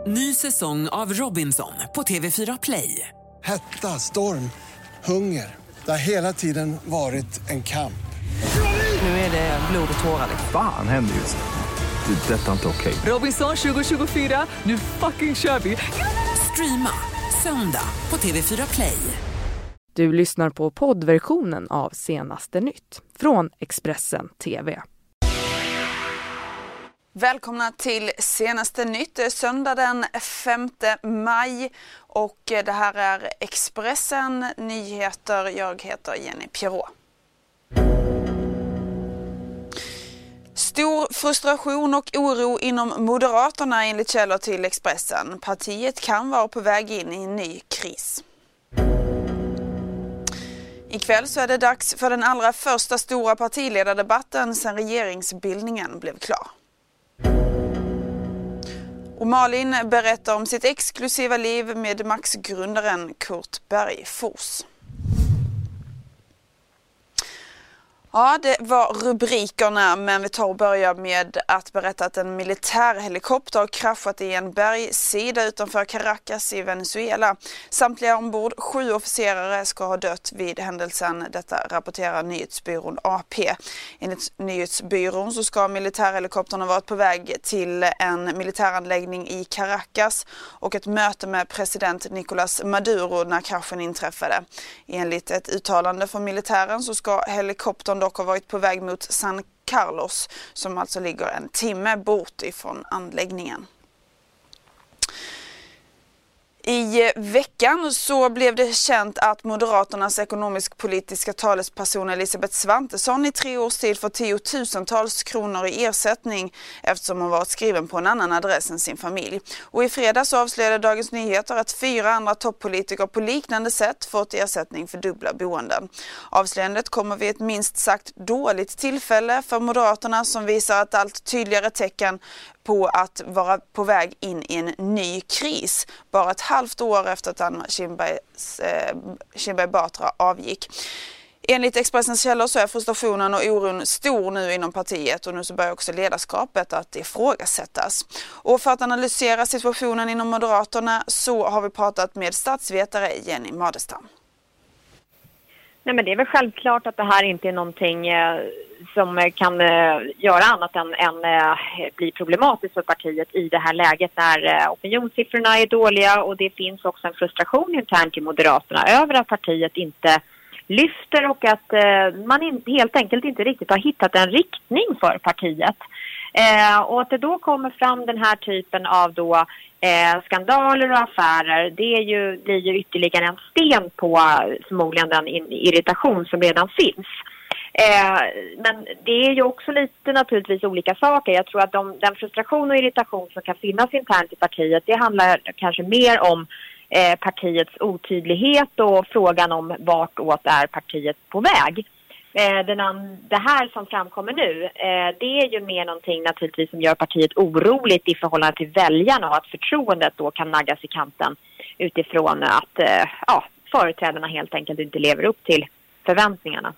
Ny säsong av Robinson på TV4 Play. Hetta, storm, hunger. Det har hela tiden varit en kamp. Nu är det blod och tårar. Fan händer just nu. Det. Detta är inte okej. Robinson 2024, nu fucking kör vi. Streama söndag på TV4 Play. Du lyssnar på poddversionen av Senaste Nytt från Expressen TV. Välkomna till Senaste Nytt. Det är söndag den 5 maj och det här är Expressen Nyheter. Jag heter Jenny Pierrot. Stor frustration och oro inom Moderaterna enligt källor till Expressen. Partiet kan vara på väg in i en ny kris. Ikväll så är det dags för den allra första stora partiledardebatten sedan regeringsbildningen blev klar. Och Malin berättar om sitt exklusiva liv med Max-grundaren Kurt Bergfors. Ja, det var rubrikerna, men vi tar och börjar med att berätta att en militärhelikopter har kraschat i en bergssida utanför Caracas i Venezuela. Samtliga ombord 7 officerare ska ha dött vid händelsen. Detta rapporterar nyhetsbyrån AP. Enligt nyhetsbyrån så ska militärhelikoptern ha varit på väg till en militäranläggning i Caracas och ett möte med president Nicolás Maduro när kraschen inträffade. Enligt ett uttalande från militären så ska helikoptern dock har varit på väg mot San Carlos som alltså ligger en timme bort ifrån anläggningen. I veckan så blev det känt att Moderaternas ekonomisk-politiska talesperson Elisabeth Svantesson i 3 års tid får 10-tusentals kronor i ersättning eftersom hon varit skriven på en annan adress än sin familj. Och i fredags avslöjade Dagens Nyheter att 4 andra toppolitiker på liknande sätt fått ersättning för dubbla boenden. Avslöjandet kommer vid ett minst sagt dåligt tillfälle för Moderaterna som visar ett allt tydligare tecken på att vara på väg in i en ny kris. Bara ett halvt år efter att Anna Kinberg Batra avgick. Enligt Expressens källor så är frustrationen och oron stor nu inom partiet och nu så börjar också ledarskapet att ifrågasättas. Och för att analysera situationen inom Moderaterna så har vi pratat med statsvetare Jenny Madestam. Nej, men det är väl självklart att det här inte är någonting som kan göra annat än bli problematiskt för partiet i det här läget när opinionssiffrorna är dåliga och det finns också en frustration internt i Moderaterna över att partiet inte lyfter och att man helt enkelt inte riktigt har hittat en riktning för partiet. Och att det då kommer fram den här typen av skandaler och affärer, blir ju ytterligare en sten på förmodligen den irritation som redan finns. Men det är ju också lite naturligtvis olika saker. Jag tror att den frustration och irritation som kan finnas internt i partiet, det handlar kanske mer om partiets otydlighet och frågan om vartåt är partiet på väg. Det här som framkommer nu, det är ju mer någonting naturligtvis som gör partiet oroligt i förhållande till väljarna och att förtroendet då kan naggas i kanten utifrån att företrädarna helt enkelt inte lever upp till förväntningarna.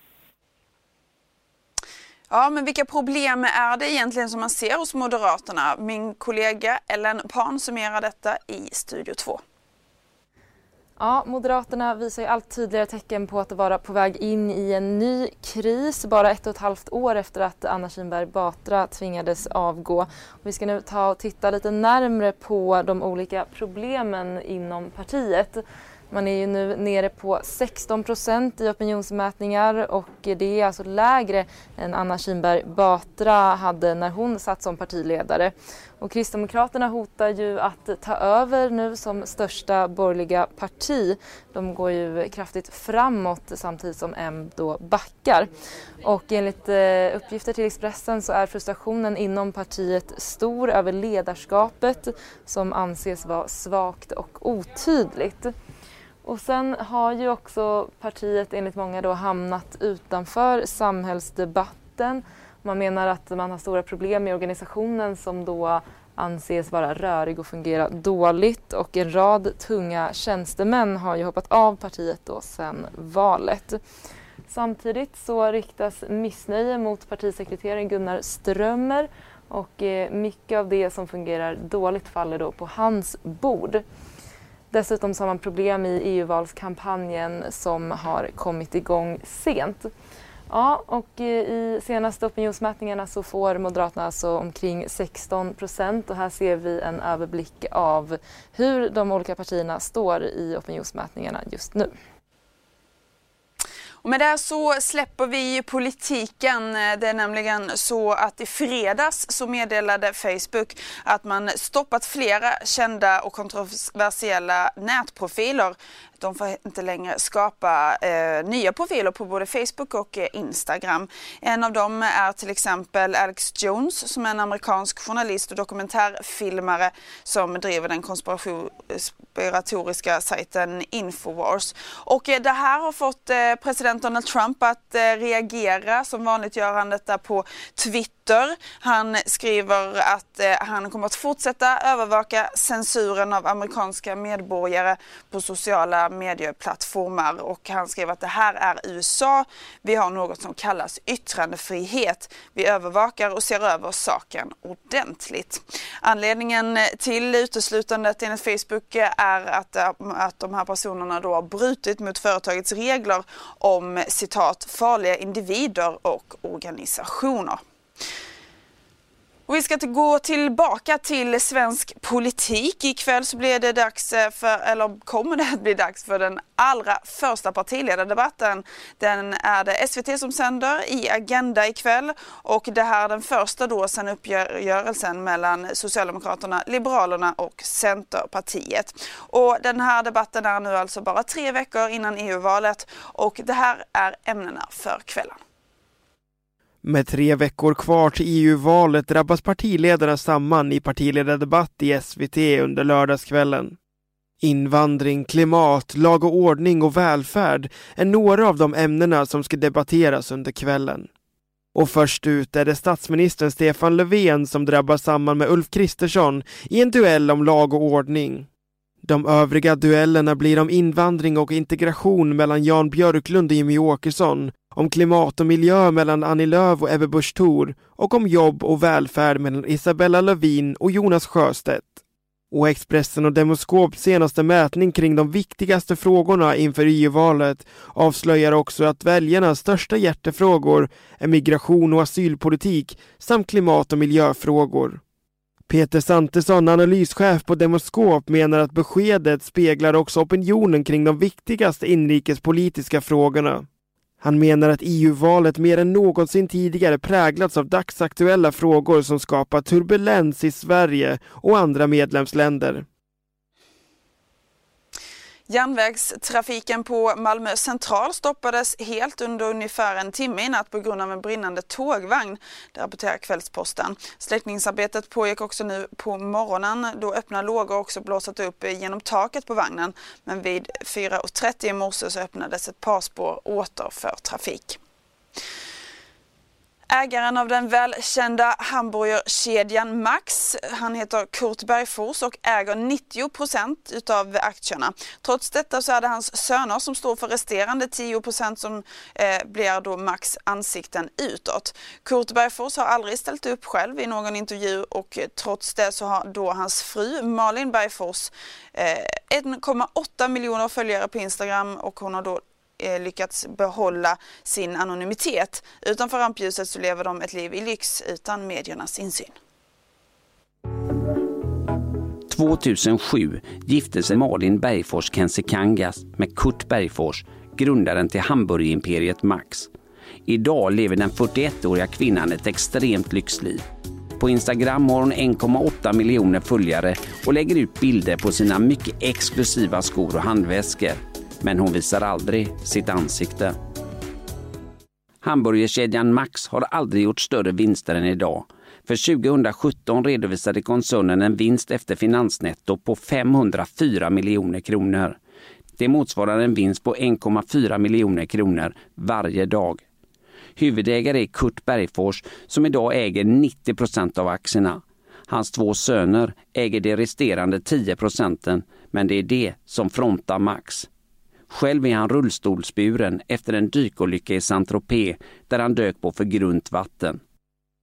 Ja, men vilka problem är det egentligen som man ser hos Moderaterna? Min kollega Ellen Pan summerar detta i Studio 2. Ja, Moderaterna visar ju allt tydligare tecken på att vara på väg in i en ny kris bara 1,5 år efter att Anna Kinberg Batra tvingades avgå. Och vi ska nu ta och titta lite närmare på de olika problemen inom partiet. Man är ju nu nere på 16% i opinionsmätningar och det är alltså lägre än Anna Kinberg Batra hade när hon satt som partiledare. Och Kristdemokraterna hotar ju att ta över nu som största borgerliga parti. De går ju kraftigt framåt samtidigt som M då backar. Och enligt uppgifter till Expressen så är frustrationen inom partiet stor över ledarskapet som anses vara svagt och otydligt. Och sen har ju också partiet enligt många då hamnat utanför samhällsdebatten. Man menar att man har stora problem i organisationen som då anses vara rörig och fungera dåligt. Och en rad tunga tjänstemän har ju hoppat av partiet då sedan valet. Samtidigt så riktas missnöje mot partisekreteraren Gunnar Strömmer Och mycket av det som fungerar dåligt faller då på hans bord. Dessutom så har man problem i EU-valskampanjen som har kommit igång sent. Ja, och i senaste opinionsmätningarna så får Moderaterna alltså omkring 16%, och här ser vi en överblick av hur de olika partierna står i opinionsmätningarna just nu. Och med det så släpper vi politiken. Det är nämligen så att i fredags så meddelade Facebook att man stoppat flera kända och kontroversiella nätprofiler. De får inte längre skapa nya profiler på både Facebook och Instagram. En av dem är till exempel Alex Jones, som är en amerikansk journalist och dokumentärfilmare som driver den konspiratoriska sajten Infowars. Och det här har fått president Donald Trump att reagera. Som vanligt gör han detta på Twitter. Han skriver att han kommer att fortsätta övervaka censuren av amerikanska medborgare på sociala medieplattformar, och han skrev att det här är USA. Vi har något som kallas yttrandefrihet. Vi övervakar och ser över saken ordentligt. Anledningen till uteslutandet enligt Facebook är att de här personerna då har brutit mot företagets regler om citat farliga individer och organisationer. Och vi ska gå tillbaka till svensk politik. Ikväll så blir det kommer det att bli dags för den allra första partiledardebatten. Den är det SVT som sänder i Agenda ikväll, och det här är den första då sedan uppgörelsen mellan Socialdemokraterna, Liberalerna och Centerpartiet. Och den här debatten är nu alltså bara 3 veckor innan EU-valet, och det här är ämnena för kvällen. Med 3 veckor kvar till EU-valet drabbas partiledarna samman i partiledardebatt i SVT under lördagskvällen. Invandring, klimat, lag och ordning och välfärd är några av de ämnena som ska debatteras under kvällen. Och först ut är det statsministern Stefan Löfven som drabbas samman med Ulf Kristersson i en duell om lag och ordning. De övriga duellerna blir om invandring och integration mellan Jan Björklund och Jimmie Åkesson, om klimat och miljö mellan Annie Lööf och Ebba Busch Thor, och om jobb och välfärd mellan Isabella Lövin och Jonas Sjöstedt. Och Expressen och Demoskops senaste mätning kring de viktigaste frågorna inför EU-valet avslöjar också att väljarnas största hjärtefrågor är migration och asylpolitik samt klimat- och miljöfrågor. Peter Santesson, analyschef på Demoskop, menar att beskedet speglar också opinionen kring de viktigaste inrikespolitiska frågorna. Han menar att EU-valet mer än någonsin tidigare präglats av dagsaktuella frågor som skapar turbulens i Sverige och andra medlemsländer. Järnvägstrafiken på Malmö central stoppades helt under ungefär en timme i natt på grund av en brinnande tågvagn, det rapporterar Kvällsposten. Släckningsarbetet pågick också nu på morgonen, då öppna lågor också blåsat upp genom taket på vagnen, men vid 4:30 i morse så öppnades ett par spår åter för trafik. Ägaren av den välkända hamburgerkedjan Max, han heter Kurt Bergfors och äger 90% utav aktierna. Trots detta så är det hans söner som står för resterande 10% som blir då Max ansikten utåt. Kurt Bergfors har aldrig ställt upp själv i någon intervju, och trots det så har då hans fru Malin Bergfors 1,8 miljoner följare på Instagram, och hon har då lyckats behålla sin anonymitet. Utanför rampljuset så lever de ett liv i lyx utan mediernas insyn. 2007 gifte sig Malin Bergfors Kensikangas med Kurt Bergfors, grundaren till hamburgerimperiet Max. Idag lever den 41-åriga kvinnan ett extremt lyxliv. På Instagram har hon 1,8 miljoner följare och lägger ut bilder på sina mycket exklusiva skor och handväskor. Men hon visar aldrig sitt ansikte. Hamburgerkedjan Max har aldrig gjort större vinster än idag. För 2017 redovisade koncernen en vinst efter finansnetto på 504 miljoner kronor. Det motsvarar en vinst på 1,4 miljoner kronor varje dag. Huvudägare är Kurt Bergfors som idag äger 90% av aktierna. Hans 2 söner äger de resterande 10%, men det är det som frontar Max. Själv är han rullstolsburen efter en dykolycka i Saint-Tropez där han dök på för grunt vatten.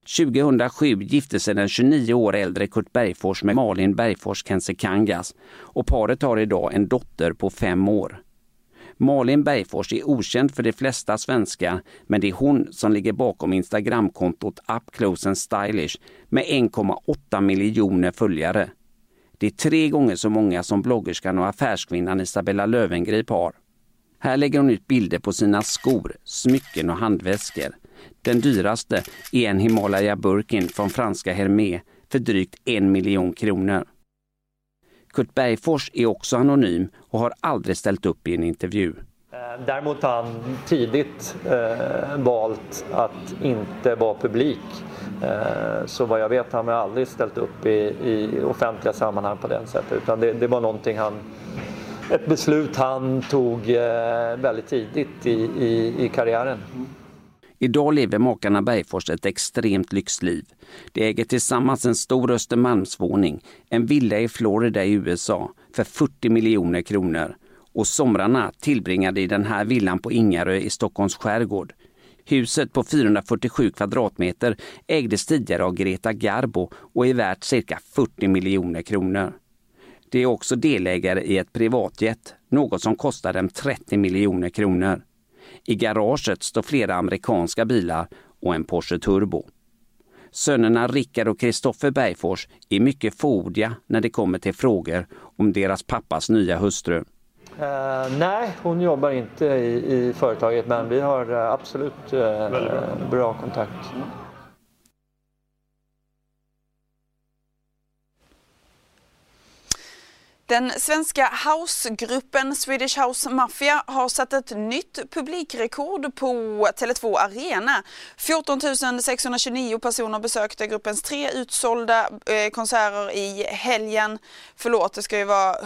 2007 gifte sig den 29 år äldre Kurt Bergfors med Malin Bergfors Kensekangas och paret har idag en dotter på 5 år. Malin Bergfors är okänd för de flesta svenskar, men det är hon som ligger bakom Instagramkontot Up Close and Stylish med 1,8 miljoner följare. Det är 3 gånger så många som bloggerskan och affärskvinnan Isabella Löwengrip har. Här lägger hon ut bilder på sina skor, smycken och handväskor. Den dyraste är en Himalaya Birkin från franska Hermès för drygt 1 miljon kronor. Kurt Bergfors är också anonym och har aldrig ställt upp i en intervju. Däremot har han tidigt valt att inte vara publik. Så vad jag vet har han aldrig ställt upp i offentliga sammanhang på den sättet. Utan det var någonting ett beslut han tog väldigt tidigt i karriären. Idag lever makarna Bergfors ett extremt lyxliv. De äger tillsammans en stor Östermalmsvåning, en villa i Florida i USA för 40 miljoner kronor. Och somrarna tillbringade i den här villan på Ingarö i Stockholms skärgård. Huset på 447 kvadratmeter ägdes tidigare av Greta Garbo och är värt cirka 40 miljoner kronor. Det är också delägare i ett privatjet, något som kostar dem 30 miljoner kronor. I garaget står flera amerikanska bilar och en Porsche Turbo. Sönerna Rickard och Kristoffer Bergfors är mycket fåordiga när det kommer till frågor om deras pappas nya hustru. Nej, hon jobbar inte i företaget, men vi har absolut bra kontakt. Den svenska housegruppen Swedish House Mafia har satt ett nytt publikrekord på Tele2 Arena. 14 629 personer besökte gruppens 3 utsålda konserter i helgen. Förlåt, det ska ju vara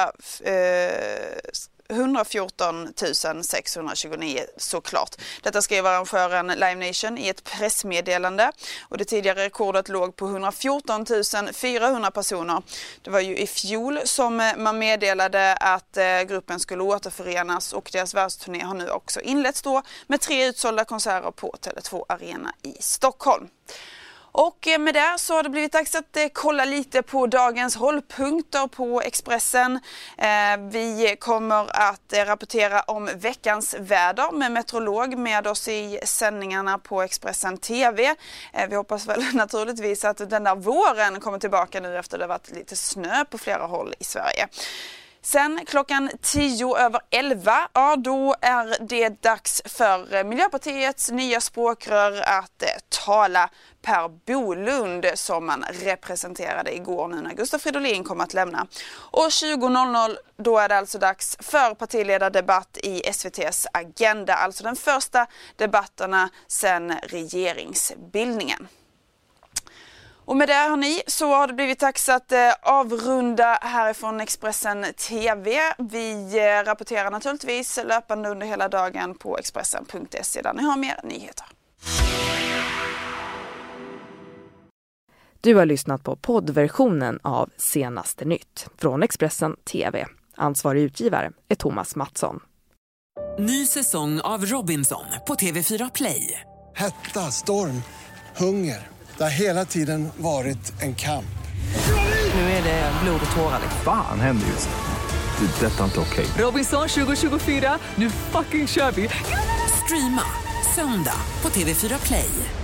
114 629 såklart. Detta skrev arrangören Live Nation i ett pressmeddelande. Och det tidigare rekordet låg på 114 400 personer. Det var ju i fjol som man meddelade att gruppen skulle återförenas, och deras världsturné har nu också inletts då med 3 utsålda konserter på Tele2 Arena i Stockholm. Och med det så har det blivit dags att kolla lite på dagens hållpunkter på Expressen. Vi kommer att rapportera om veckans väder med meteorolog med oss i sändningarna på Expressen TV. Vi hoppas väl naturligtvis att den där våren kommer tillbaka nu efter det har varit lite snö på flera håll i Sverige. Sen klockan 10:11, ja, då är det dags för Miljöpartiets nya språkrör att tala. Per Bolund, som man representerade igår nu när Gustaf Fridolin kommer att lämna. Och 20:00 då är det alltså dags för partiledardebatt i SVT:s Agenda. Alltså den första debatterna sedan regeringsbildningen. Och med det hörni, så har det blivit dags att avrunda härifrån Expressen TV. Vi rapporterar naturligtvis löpande under hela dagen på Expressen.se där ni har mer nyheter. Du har lyssnat på poddversionen av Senaste nytt från Expressen TV. Ansvarig utgivare är Thomas Mattsson. Ny säsong av Robinson på TV4 Play. Hetta, storm, hunger. Det har hela tiden varit en kamp. Nu är det blod och tårar. Fan händer just det. Detta är inte okej. Robinson 2024, nu fucking kör vi. Streama söndag på TV4 Play.